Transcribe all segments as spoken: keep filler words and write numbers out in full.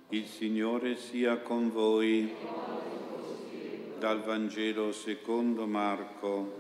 Il Signore sia con voi. Dal Vangelo secondo Marco.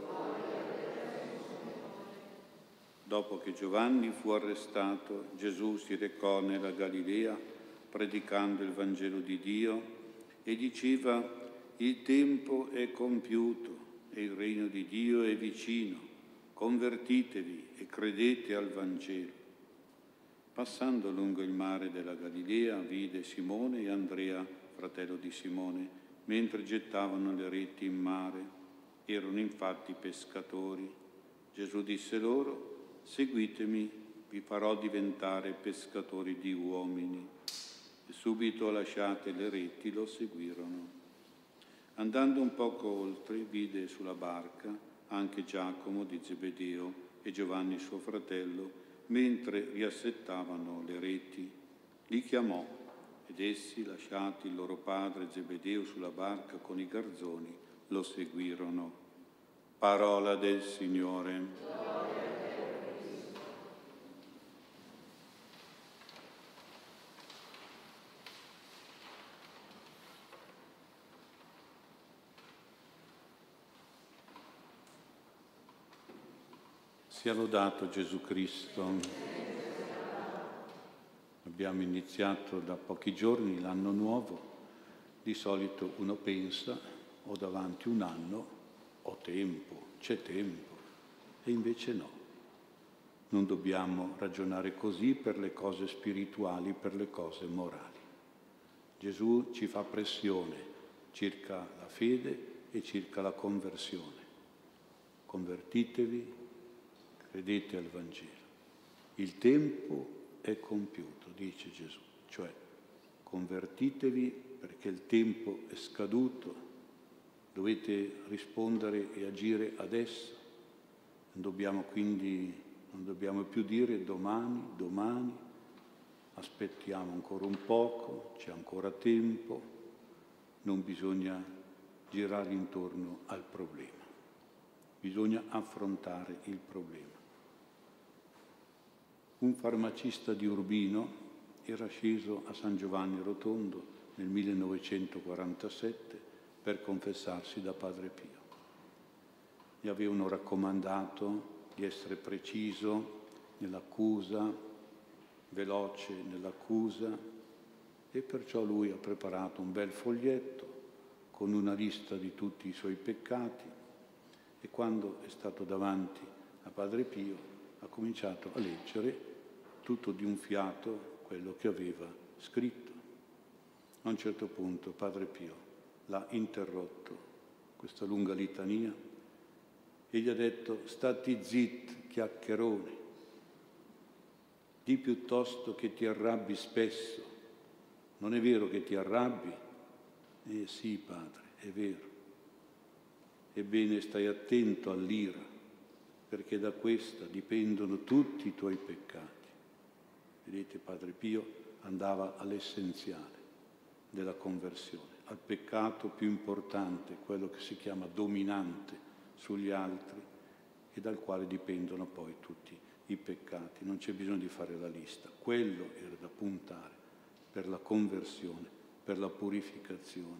Dopo che Giovanni fu arrestato, Gesù si recò nella Galilea predicando il Vangelo di Dio e diceva: il tempo è compiuto e il regno di Dio è vicino. Convertitevi e credete al Vangelo. Passando lungo il mare della Galilea, vide Simone e Andrea, fratello di Simone, mentre gettavano le reti in mare. Erano infatti pescatori. Gesù disse loro: seguitemi, vi farò diventare pescatori di uomini. E subito lasciate le reti lo seguirono. Andando un poco oltre, vide sulla barca anche Giacomo di Zebedeo e Giovanni suo fratello, mentre riassettavano le reti. Li chiamò ed essi, lasciati il loro padre Zebedeo sulla barca con i garzoni, lo seguirono. Parola del Signore. Sia lodato Gesù Cristo. Abbiamo iniziato da pochi giorni l'anno nuovo. Di solito uno pensa: ho davanti un anno, ho tempo, c'è tempo. E invece no. Non dobbiamo ragionare così per le cose spirituali, per le cose morali. Gesù ci fa pressione circa la fede e circa la conversione. Convertitevi, credete al Vangelo. Il tempo è compiuto, dice Gesù, cioè convertitevi perché il tempo è scaduto, dovete rispondere e agire adesso. Non dobbiamo quindi, non dobbiamo più dire domani, domani, aspettiamo ancora un poco, c'è ancora tempo, non bisogna girare intorno al problema, bisogna affrontare il problema. Un farmacista di Urbino era sceso a San Giovanni Rotondo nel millenovecentoquarantasette per confessarsi da Padre Pio. Gli avevano raccomandato di essere preciso nell'accusa, veloce nell'accusa, e perciò lui ha preparato un bel foglietto con una lista di tutti i suoi peccati e quando è stato davanti a Padre Pio ha cominciato a leggere tutto di un fiato quello che aveva scritto. A un certo punto Padre Pio l'ha interrotto, questa lunga litania, e gli ha detto: stati zitti, chiacchierone, di piuttosto che ti arrabbi spesso. Non è vero che ti arrabbi? Eh sì, padre, è vero. Ebbene, stai attento all'ira, perché da questa dipendono tutti i tuoi peccati. Vedete, Padre Pio andava all'essenziale della conversione, al peccato più importante, quello che si chiama dominante sugli altri e dal quale dipendono poi tutti i peccati. Non c'è bisogno di fare la lista, quello era da puntare per la conversione, per la purificazione.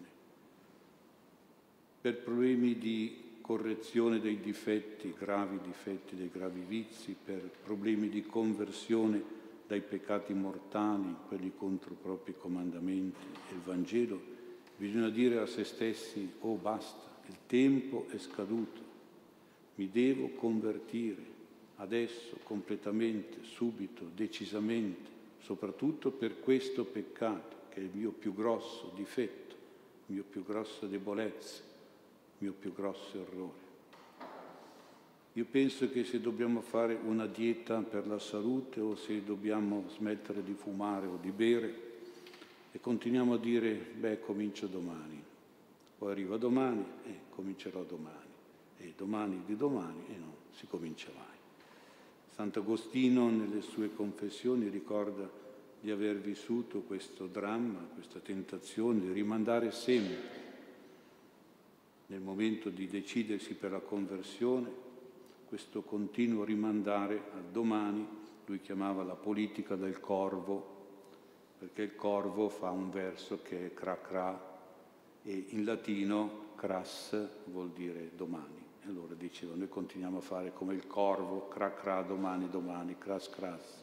Per problemi di correzione dei difetti, gravi difetti, dei gravi vizi, per problemi di conversione dai peccati mortali, quelli contro i propri comandamenti e il Vangelo, bisogna dire a se stessi: oh basta, il tempo è scaduto, mi devo convertire, adesso, completamente, subito, decisamente, soprattutto per questo peccato, che è il mio più grosso difetto, il mio più grossa debolezza, il mio più grosso errore. Io penso che se dobbiamo fare una dieta per la salute o se dobbiamo smettere di fumare o di bere e continuiamo a dire: beh, comincio domani, poi arriva domani e eh, comincerò domani, e domani di domani e non si comincia mai. Sant'Agostino nelle sue confessioni ricorda di aver vissuto questo dramma, questa tentazione di rimandare sempre, nel momento di decidersi per la conversione, questo continuo rimandare al domani. Lui chiamava la politica del corvo, perché il corvo fa un verso che è cra cra e in latino cras vuol dire domani. E allora dicevo, noi continuiamo a fare come il corvo, cra cra, domani, domani, cras cras.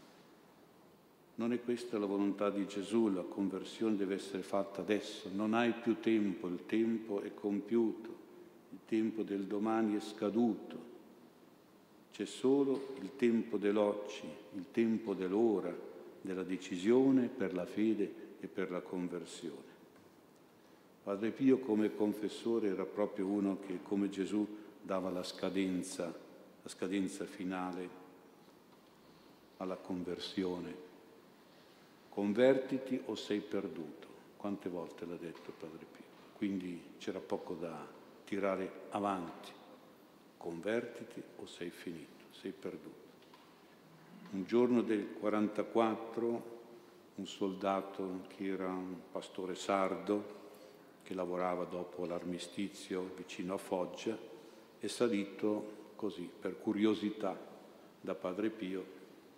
Non è questa la volontà di Gesù, la conversione deve essere fatta adesso, non hai più tempo, il tempo è compiuto, il tempo del domani è scaduto, c'è solo il tempo dell'oggi, il tempo dell'ora, della decisione per la fede e per la conversione. Padre Pio come confessore era proprio uno che come Gesù dava la scadenza, la scadenza finale alla conversione. Convertiti o sei perduto. Quante volte l'ha detto Padre Pio? Quindi c'era poco da tirare avanti. Convertiti o sei finito, sei perduto. Un giorno del quarantaquattro un soldato che era un pastore sardo che lavorava dopo l'armistizio vicino a Foggia è salito così per curiosità da Padre Pio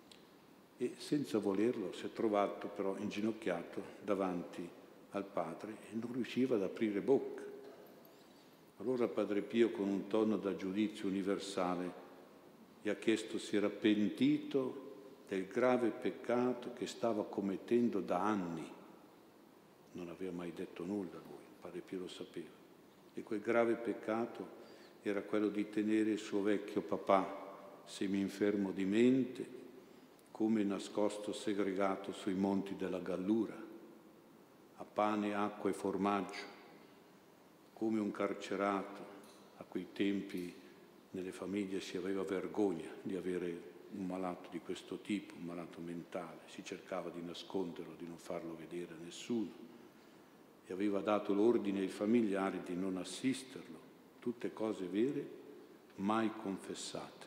e senza volerlo si è trovato però inginocchiato davanti al padre e non riusciva ad aprire bocca. Allora Padre Pio, con un tono da giudizio universale, gli ha chiesto se era pentito del grave peccato che stava commettendo da anni. Non aveva mai detto nulla lui, Padre Pio lo sapeva. E quel grave peccato era quello di tenere il suo vecchio papà, semi-infermo di mente, come nascosto segregato sui monti della Gallura, a pane, acqua e formaggio, come un carcerato. A quei tempi nelle famiglie si aveva vergogna di avere un malato di questo tipo, un malato mentale, si cercava di nasconderlo, di non farlo vedere a nessuno e aveva dato l'ordine ai familiari di non assisterlo, tutte cose vere, mai confessate.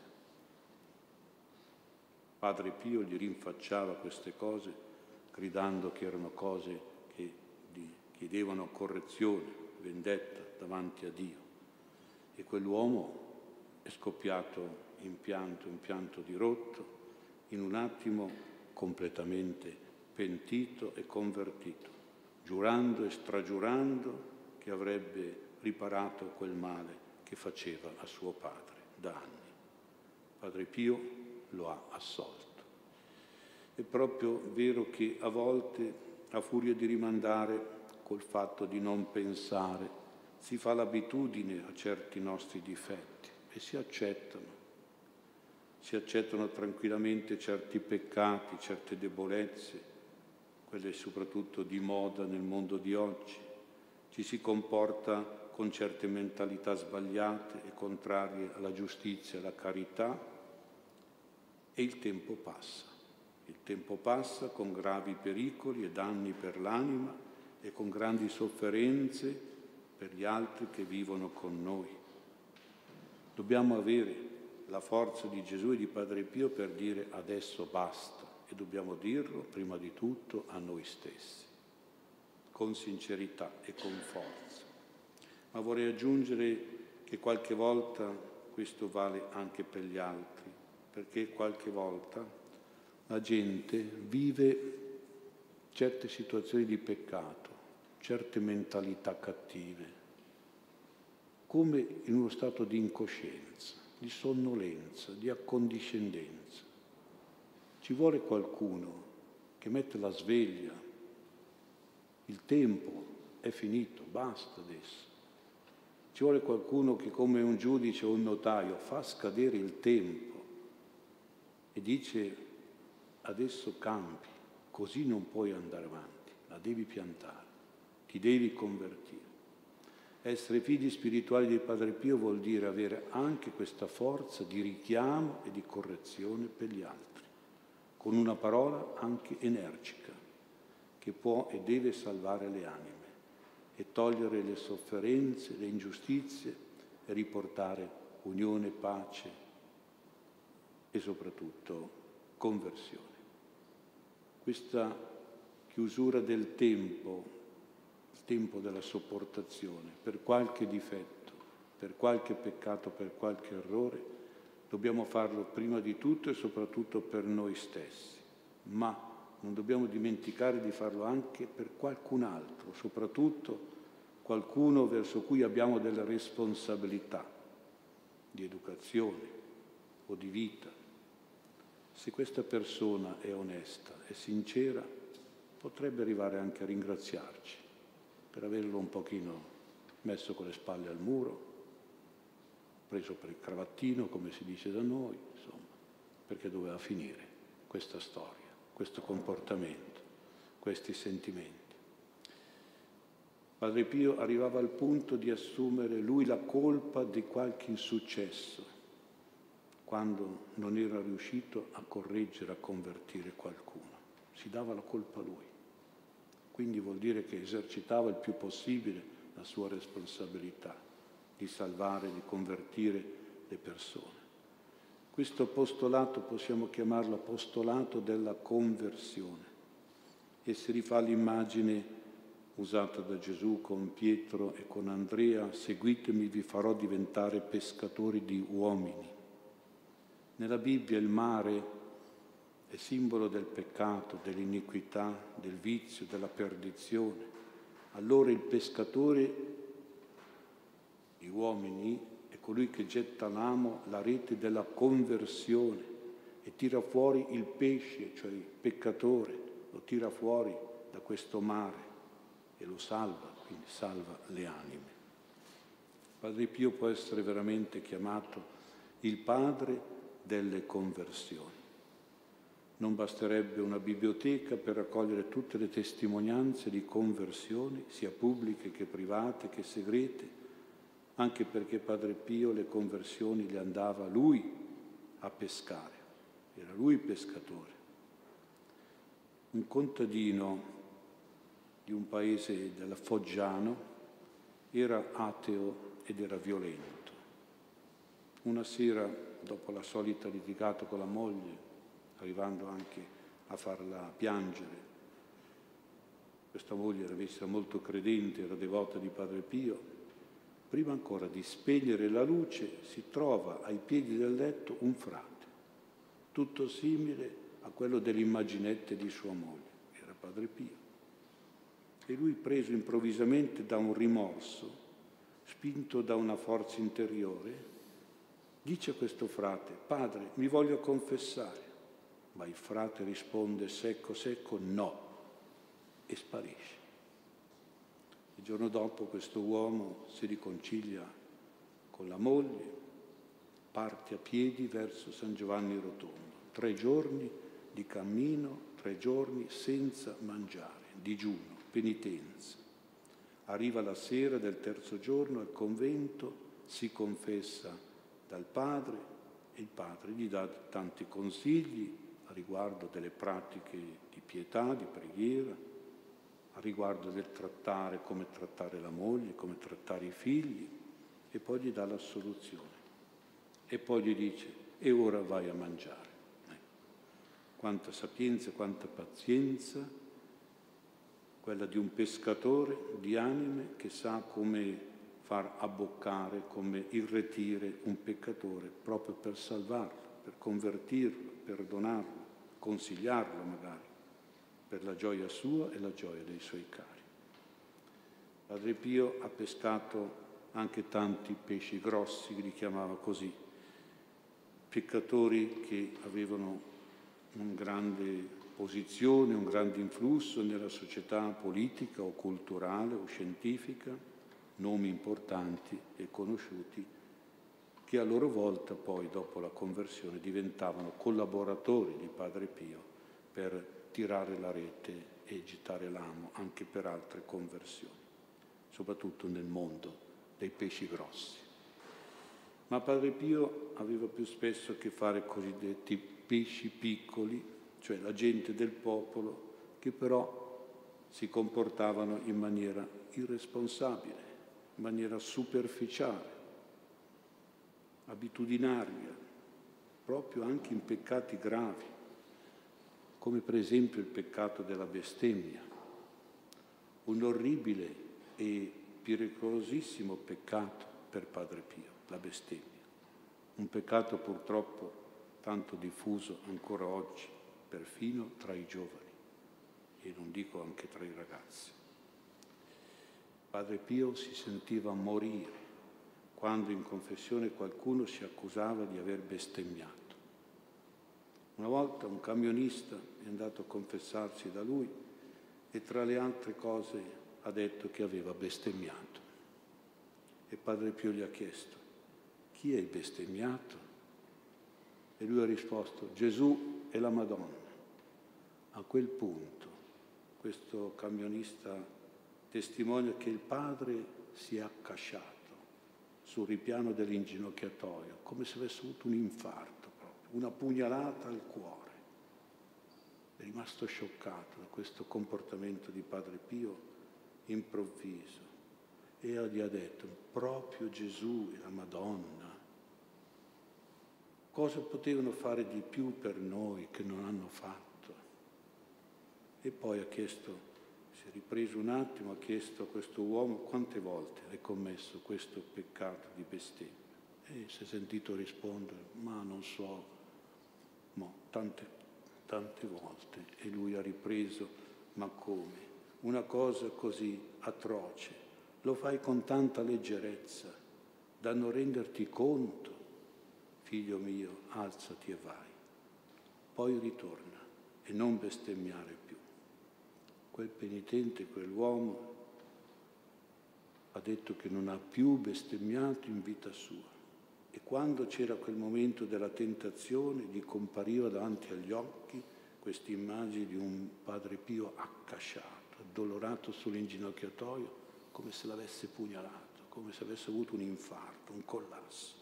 Padre Pio gli rinfacciava queste cose, gridando che erano cose che gli chiedevano correzione, vendetta davanti a Dio. E quell'uomo è scoppiato in pianto, in pianto dirotto, in un attimo completamente pentito e convertito, giurando e stragiurando che avrebbe riparato quel male che faceva a suo padre da anni. Padre Pio lo ha assolto. È proprio vero che a volte, a furia di rimandare, col fatto di non pensare, si fa l'abitudine a certi nostri difetti e si accettano. Si accettano tranquillamente certi peccati, certe debolezze, quelle soprattutto di moda nel mondo di oggi. Ci si comporta con certe mentalità sbagliate e contrarie alla giustizia e alla carità, e il tempo passa. Il tempo passa con gravi pericoli e danni per l'anima e con grandi sofferenze per gli altri che vivono con noi. Dobbiamo avere la forza di Gesù e di Padre Pio per dire adesso basta, e dobbiamo dirlo prima di tutto a noi stessi, con sincerità e con forza. Ma vorrei aggiungere che qualche volta questo vale anche per gli altri, perché qualche volta la gente vive certe situazioni di peccato, certe mentalità cattive, come in uno stato di incoscienza, di sonnolenza, di accondiscendenza. Ci vuole qualcuno che mette la sveglia, il tempo è finito, basta adesso. Ci vuole qualcuno che come un giudice o un notaio fa scadere il tempo e dice adesso cambi, così non puoi andare avanti, la devi piantare, ti devi convertire. Essere figli spirituali di Padre Pio vuol dire avere anche questa forza di richiamo e di correzione per gli altri, con una parola anche energica, che può e deve salvare le anime e togliere le sofferenze, le ingiustizie e riportare unione, pace e soprattutto conversione. Questa chiusura del tempo, il tempo della sopportazione, per qualche difetto, per qualche peccato, per qualche errore, dobbiamo farlo prima di tutto e soprattutto per noi stessi, ma non dobbiamo dimenticare di farlo anche per qualcun altro, soprattutto qualcuno verso cui abbiamo delle responsabilità di educazione o di vita. Se questa persona è onesta e sincera, potrebbe arrivare anche a ringraziarci per averlo un pochino messo con le spalle al muro, preso per il cravattino, come si dice da noi, insomma, perché doveva finire questa storia, questo comportamento, questi sentimenti. Padre Pio arrivava al punto di assumere lui la colpa di qualche insuccesso, quando non era riuscito a correggere, a convertire qualcuno. Si dava la colpa a lui. Quindi vuol dire che esercitava il più possibile la sua responsabilità di salvare, di convertire le persone. Questo apostolato possiamo chiamarlo apostolato della conversione e si rifà all'immagine usata da Gesù con Pietro e con Andrea: seguitemi, vi farò diventare pescatori di uomini. Nella Bibbia il mare è simbolo del peccato, dell'iniquità, del vizio, della perdizione. Allora il pescatore di uomini è colui che getta l'amo, la rete della conversione e tira fuori il pesce, cioè il peccatore, lo tira fuori da questo mare e lo salva, quindi salva le anime. Padre Pio può essere veramente chiamato il padre delle conversioni. Non basterebbe una biblioteca per raccogliere tutte le testimonianze di conversioni, sia pubbliche che private che segrete, anche perché Padre Pio le conversioni le andava lui a pescare, era lui il pescatore. Un contadino di un paese della Foggiano era ateo ed era violento. Una sera, dopo la solita litigata con la moglie, arrivando anche a farla piangere, questa moglie era vista molto credente, era devota di Padre Pio, prima ancora di spegnere la luce si trova ai piedi del letto un frate, tutto simile a quello delle immaginette di sua moglie, era Padre Pio. E lui, preso improvvisamente da un rimorso, spinto da una forza interiore, dice a questo frate: padre, mi voglio confessare. Ma il frate risponde secco secco no e sparisce. Il giorno dopo questo uomo si riconcilia con la moglie, parte a piedi verso San Giovanni Rotondo. Tre giorni di cammino, tre giorni senza mangiare, digiuno, penitenza. Arriva la sera del terzo giorno al convento, si confessa dal padre e il padre gli dà tanti consigli a riguardo delle pratiche di pietà, di preghiera, a riguardo del trattare, come trattare la moglie, come trattare i figli, e poi gli dà l'assoluzione. E poi gli dice: e ora vai a mangiare. Ecco. Quanta sapienza, quanta pazienza, quella di un pescatore di anime che sa come far abboccare, come irretire un peccatore proprio per salvarlo, per convertirlo, perdonarlo, consigliarlo magari, per la gioia sua e la gioia dei suoi cari. Padre Pio ha pescato anche tanti pesci grossi, li chiamava così, peccatori che avevano una grande posizione, un grande influsso nella società politica o culturale o scientifica, nomi importanti e conosciuti, che a loro volta poi, dopo la conversione, diventavano collaboratori di Padre Pio per tirare la rete e gettare l'amo anche per altre conversioni, soprattutto nel mondo dei pesci grossi. Ma Padre Pio aveva più spesso a che fare con i cosiddetti pesci piccoli, cioè la gente del popolo, che però si comportavano in maniera irresponsabile, in maniera superficiale, abitudinaria, proprio anche in peccati gravi, come per esempio il peccato della bestemmia, un orribile e pericolosissimo peccato per Padre Pio, la bestemmia, un peccato purtroppo tanto diffuso ancora oggi, perfino tra i giovani. e non dico anche tra i ragazzi. Padre Pio si sentiva morire quando in confessione qualcuno si accusava di aver bestemmiato. Una volta un camionista è andato a confessarsi da lui e tra le altre cose ha detto che aveva bestemmiato. E Padre Pio gli ha chiesto: chi è bestemmiato? E lui ha risposto: Gesù e la Madonna. A quel punto questo camionista testimonia che il padre si è accasciato sul ripiano dell'inginocchiatoio, come se avesse avuto un infarto proprio, una pugnalata al cuore. È rimasto scioccato da questo comportamento di Padre Pio improvviso e gli ha detto: proprio Gesù e la Madonna. Cosa potevano fare di più per noi che non hanno fatto? E poi ha chiesto, si è ripreso un attimo, ha chiesto a questo uomo: quante volte hai commesso questo peccato di bestemmia? E si è sentito rispondere: ma non so, no, tante, tante volte. E lui ha ripreso: ma come? Una cosa così atroce, lo fai con tanta leggerezza da non renderti conto? Figlio mio, alzati e vai. Poi ritorna e non bestemmiare più. Quel penitente, quell'uomo, ha detto che non ha più bestemmiato in vita sua. E quando c'era quel momento della tentazione, gli compariva davanti agli occhi questa immagine di un Padre Pio accasciato, addolorato sull'inginocchiatoio, come se l'avesse pugnalato, come se avesse avuto un infarto, un collasso.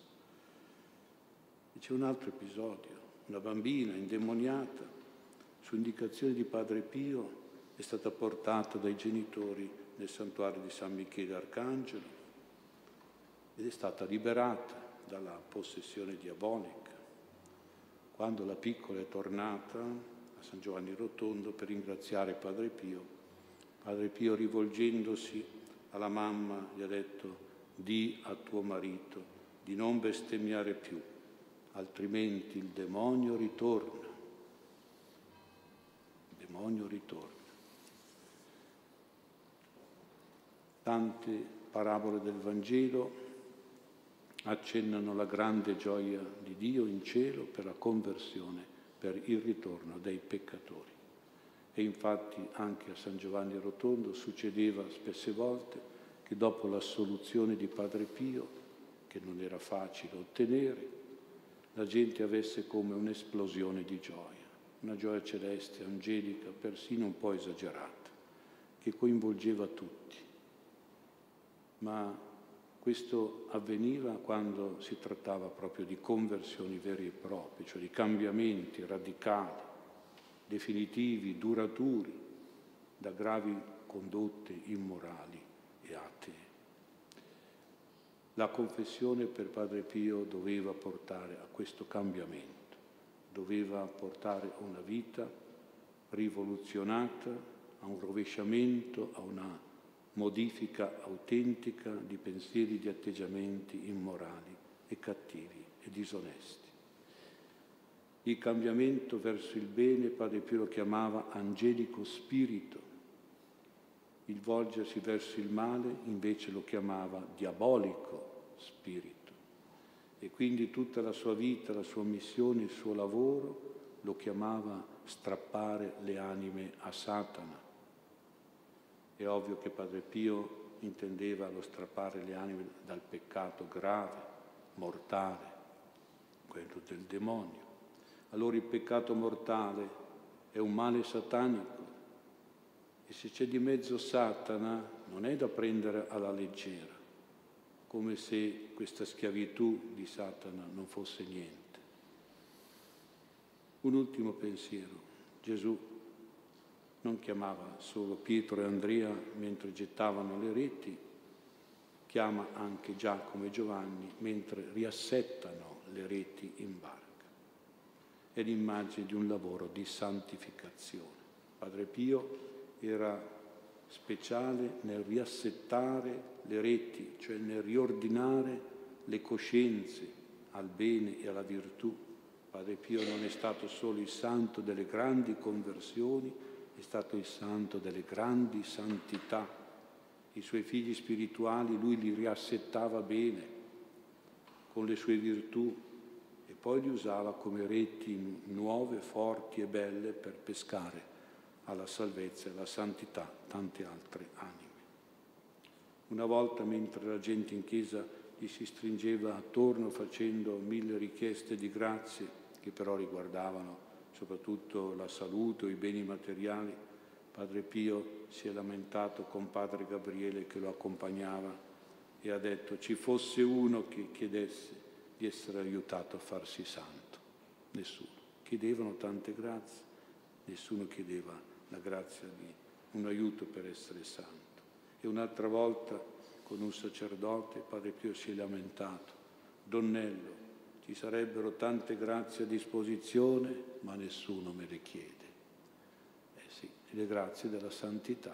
E c'è un altro episodio: una bambina indemoniata, su indicazione di Padre Pio, è stata portata dai genitori nel santuario di San Michele Arcangelo ed è stata liberata dalla possessione diabolica. Quando la piccola è tornata a San Giovanni Rotondo per ringraziare Padre Pio, Padre Pio, rivolgendosi alla mamma, gli ha detto: di a tuo marito di non bestemmiare più, altrimenti il demonio ritorna. Il demonio ritorna. Tante parabole del Vangelo accennano la grande gioia di Dio in cielo per la conversione, per il ritorno dei peccatori. E infatti anche a San Giovanni Rotondo succedeva spesse volte che dopo l'assoluzione di Padre Pio, che non era facile ottenere, la gente avesse come un'esplosione di gioia, una gioia celeste, angelica, persino un po' esagerata, che coinvolgeva tutti. Ma questo avveniva quando si trattava proprio di conversioni vere e proprie, cioè di cambiamenti radicali, definitivi, duraturi, da gravi condotte immorali e atee. La confessione per Padre Pio doveva portare a questo cambiamento, doveva portare a una vita rivoluzionata, a un rovesciamento, a una modifica autentica di pensieri e di atteggiamenti immorali e cattivi e disonesti. Il cambiamento verso il bene Padre Pio lo chiamava angelico spirito, il volgersi verso il male invece lo chiamava diabolico spirito. E quindi tutta la sua vita, la sua missione, il suo lavoro lo chiamava strappare le anime a Satana. È ovvio che Padre Pio intendeva lo strappare le anime dal peccato grave, mortale, quello del demonio. Allora il peccato mortale è un male satanico e se c'è di mezzo Satana non è da prendere alla leggera, come se questa schiavitù di Satana non fosse niente. Un ultimo pensiero: Gesù non chiamava solo Pietro e Andrea mentre gettavano le reti, chiama anche Giacomo e Giovanni mentre riassettano le reti in barca. È l'immagine di un lavoro di santificazione. Padre Pio era speciale nel riassettare le reti, cioè nel riordinare le coscienze al bene e alla virtù. Padre Pio non è stato solo il santo delle grandi conversioni, è stato il santo delle grandi santità. I suoi figli spirituali lui li riassettava bene con le sue virtù e poi li usava come reti nuove, forti e belle per pescare alla salvezza e alla santità tante altre anime. Una volta, mentre la gente in chiesa gli si stringeva attorno facendo mille richieste di grazie che però riguardavano soprattutto la salute o i beni materiali, Padre Pio si è lamentato con Padre Gabriele che lo accompagnava e ha detto: ci fosse uno che chiedesse di essere aiutato a farsi santo. Nessuno. Chiedevano tante grazie, nessuno chiedeva la grazia di un aiuto per essere santo. E un'altra volta con un sacerdote Padre Pio si è lamentato: Donnello, ci sarebbero tante grazie a disposizione, ma nessuno me le chiede. Eh sì, le grazie della santità.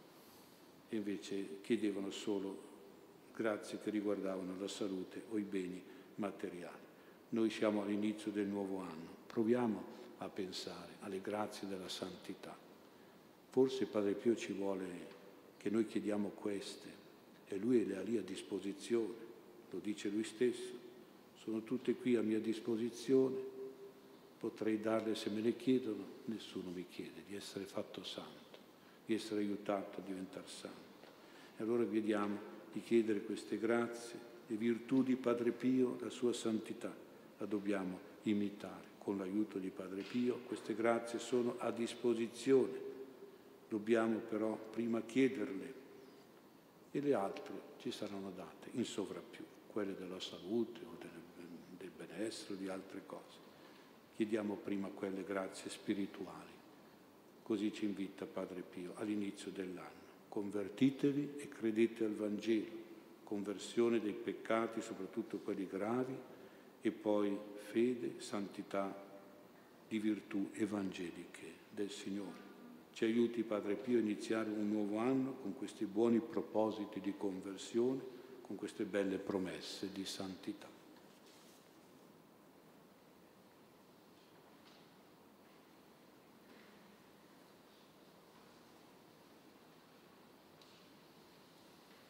E invece chiedevano solo grazie che riguardavano la salute o i beni materiali. Noi siamo all'inizio del nuovo anno, proviamo a pensare alle grazie della santità. Forse Padre Pio ci vuole che noi chiediamo queste e lui le ha lì a disposizione, lo dice lui stesso, sono tutte qui a mia disposizione, potrei darle se me le chiedono, nessuno mi chiede di essere fatto santo, di essere aiutato a diventare santo. E allora vediamo di chiedere queste grazie, le virtù di Padre Pio, la sua santità, la dobbiamo imitare con l'aiuto di Padre Pio, queste grazie sono a disposizione. Dobbiamo però prima chiederle e le altre ci saranno date in sovrappiù, quelle della salute o del, del benessere o di altre cose. Chiediamo prima quelle grazie spirituali. Così ci invita Padre Pio all'inizio dell'anno. Convertitevi e credete al Vangelo, conversione dei peccati, soprattutto quelli gravi, e poi fede, santità di virtù evangeliche del Signore. Ci aiuti Padre Pio a iniziare un nuovo anno con questi buoni propositi di conversione, con queste belle promesse di santità.